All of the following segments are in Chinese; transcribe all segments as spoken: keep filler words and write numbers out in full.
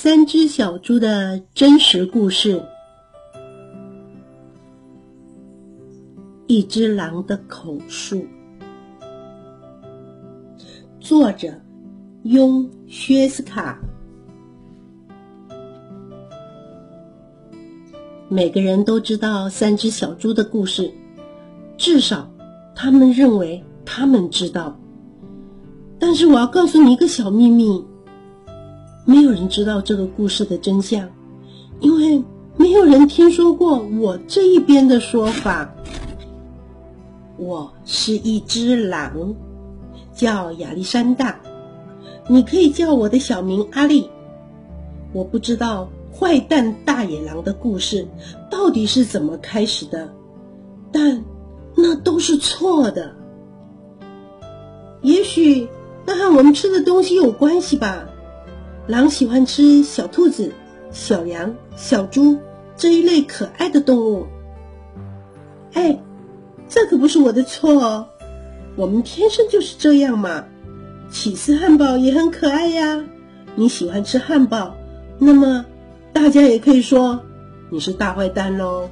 三只小猪的真实故事。一只狼的口述，作者雍薛斯卡。每个人都知道三只小猪的故事，至少他们认为他们知道。但是我要告诉你一个小秘密，没有人知道这个故事的真相，因为没有人听说过我这一边的说法。我是一只狼，叫亚历山大，你可以叫我的小名阿丽。我不知道坏蛋大野狼的故事到底是怎么开始的，但那都是错的。也许那和我们吃的东西有关系吧。狼喜欢吃小兔子、小羊、小猪这一类可爱的动物。哎，这可不是我的错哦，我们天生就是这样嘛。起司汉堡也很可爱呀。你喜欢吃汉堡，那么大家也可以说你是大坏蛋咯。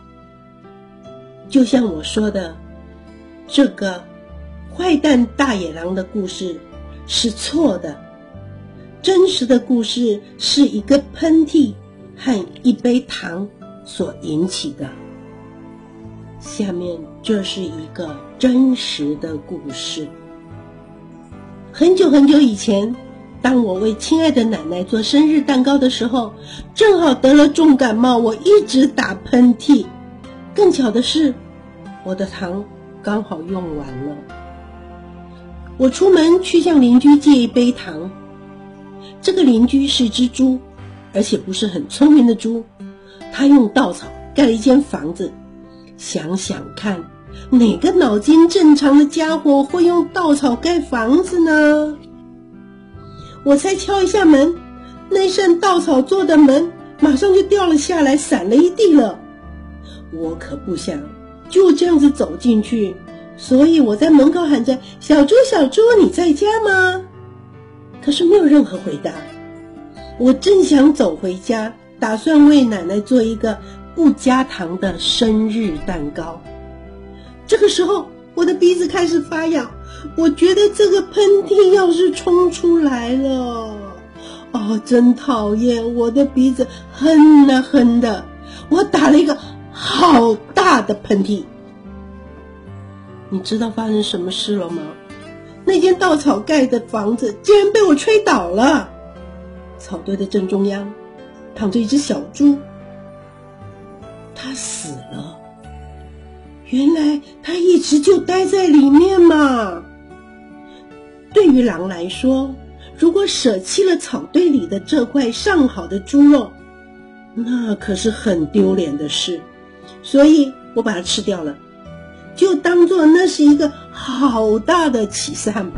就像我说的，这个坏蛋大野狼的故事是错的。真实的故事是一个喷嚏和一杯糖所引起的。下面这是一个真实的故事。很久很久以前，当我为亲爱的奶奶做生日蛋糕的时候，正好得了重感冒，我一直打喷嚏。更巧的是，我的糖刚好用完了。我出门去向邻居借一杯糖。这个邻居是只猪，而且不是很聪明的猪。他用稻草盖了一间房子。想想看，哪个脑筋正常的家伙会用稻草盖房子呢？我才敲一下门，那扇稻草做的门马上就掉了下来，散了一地了。我可不想就这样子走进去，所以我在门口喊着：小猪小猪，你在家吗？可是没有任何回答。我正想走回家，打算为奶奶做一个不加糖的生日蛋糕。这个时候我的鼻子开始发痒，我觉得这个喷嚏要是冲出来了，哦，真讨厌，我的鼻子哼啊哼的，我打了一个好大的喷嚏。你知道发生什么事了吗？那间稻草盖的房子竟然被我吹倒了。草堆的正中央躺着一只小猪，它死了。原来它一直就待在里面嘛。对于狼来说，如果舍弃了草堆里的这块上好的猪肉，那可是很丢脸的事，所以我把它吃掉了，就当作那是一个好大的起司汉堡。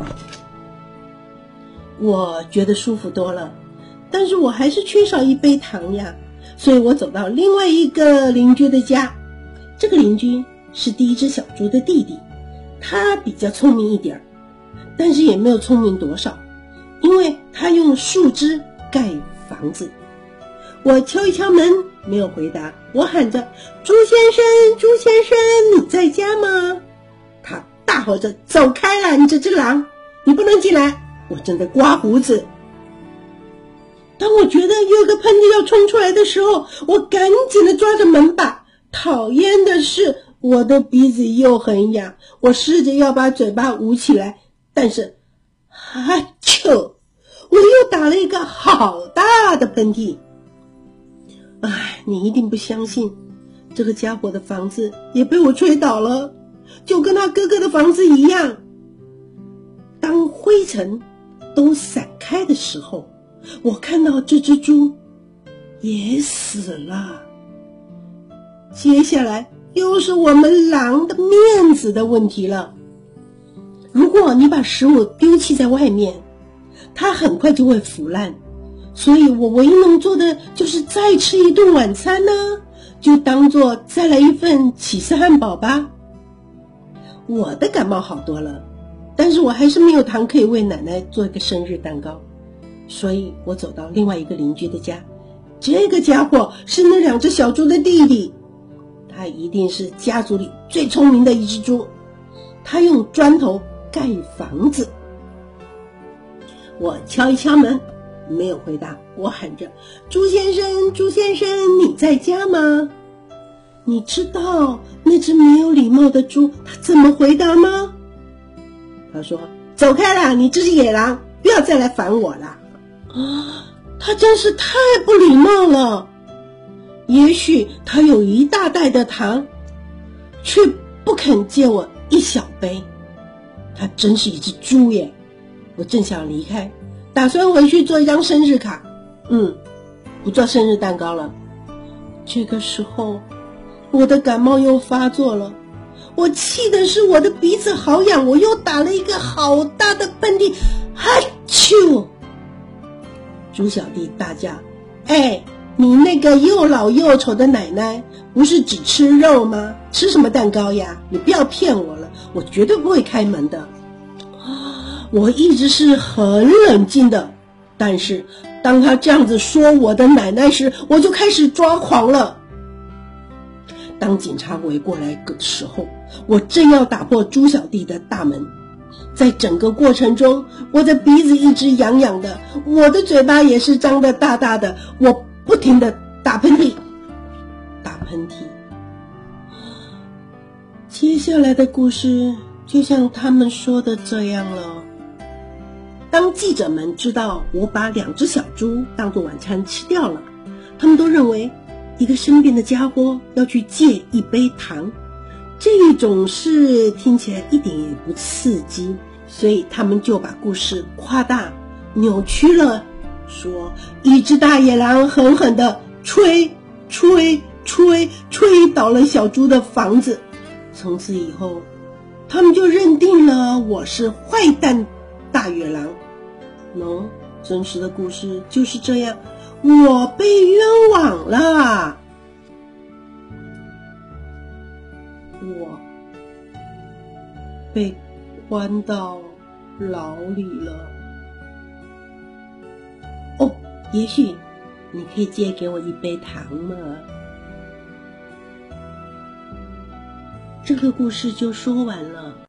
我觉得舒服多了，但是我还是缺少一杯糖呀，所以我走到另外一个邻居的家。这个邻居是第一只小猪的弟弟，他比较聪明一点，但是也没有聪明多少，因为他用树枝盖房子。我敲一敲门，没有回答。我喊着：猪先生，猪先生，你在家吗？他大吼着：走开啦，你这只狼，你不能进来，我正在刮胡子。当我觉得有一个喷嚏要冲出来的时候，我赶紧的抓着门把。讨厌的是，我的鼻子又很痒，我试着要把嘴巴捂起来，但是哈啾，我又打了一个好大的喷嚏。唉，你一定不相信，这个家伙的房子也被我吹倒了，就跟他哥哥的房子一样。当灰尘都散开的时候，我看到这只猪也死了。接下来又是我们狼的面子的问题了。如果你把食物丢弃在外面，它很快就会腐烂，所以我唯一能做的就是再吃一顿晚餐呢，就当做再来一份起司汉堡吧。我的感冒好多了，但是我还是没有糖可以为奶奶做一个生日蛋糕。 所以我走到另外一个邻居的家，这个家伙是那两只小猪的弟弟，他一定是家族里最聪明的一只猪，他用砖头盖房子。我敲一敲门，没有回答，我喊着：猪先生，猪先生，你在家吗？你知道那只没有礼貌的猪他怎么回答吗？他说：走开啦，你这只野狼，不要再来烦我啦。啊，他真是太不礼貌了。也许他有一大袋的糖，却不肯借我一小杯。他真是一只猪耶。我正想离开，打算回去做一张生日卡，嗯，不做生日蛋糕了。这个时候我的感冒又发作了，我气的是我的鼻子好痒，我又打了一个好大的喷嚏，哈啾！猪小弟大叫：哎，你那个又老又丑的奶奶不是只吃肉吗？吃什么蛋糕呀？你不要骗我了，我绝对不会开门的。我一直是很冷静的，但是当他这样子说我的奶奶时，我就开始抓狂了。当警察围过来的时候，我正要打破猪小弟的大门。在整个过程中，我的鼻子一直痒痒的，我的嘴巴也是张得大大的，我不停地打喷嚏打喷嚏。接下来的故事就像他们说的这样了。当记者们知道我把两只小猪当作晚餐吃掉了，他们都认为一个生病的家伙要去借一杯糖，这种事听起来一点也不刺激，所以他们就把故事夸大扭曲了，说一只大野狼狠狠地吹吹吹吹倒了小猪的房子。从此以后，他们就认定了我是坏蛋大野狼。喏，真实的故事就是这样，我被冤枉了，我被关到牢里了。哦，也许你可以借给我一杯糖吗？这个故事就说完了。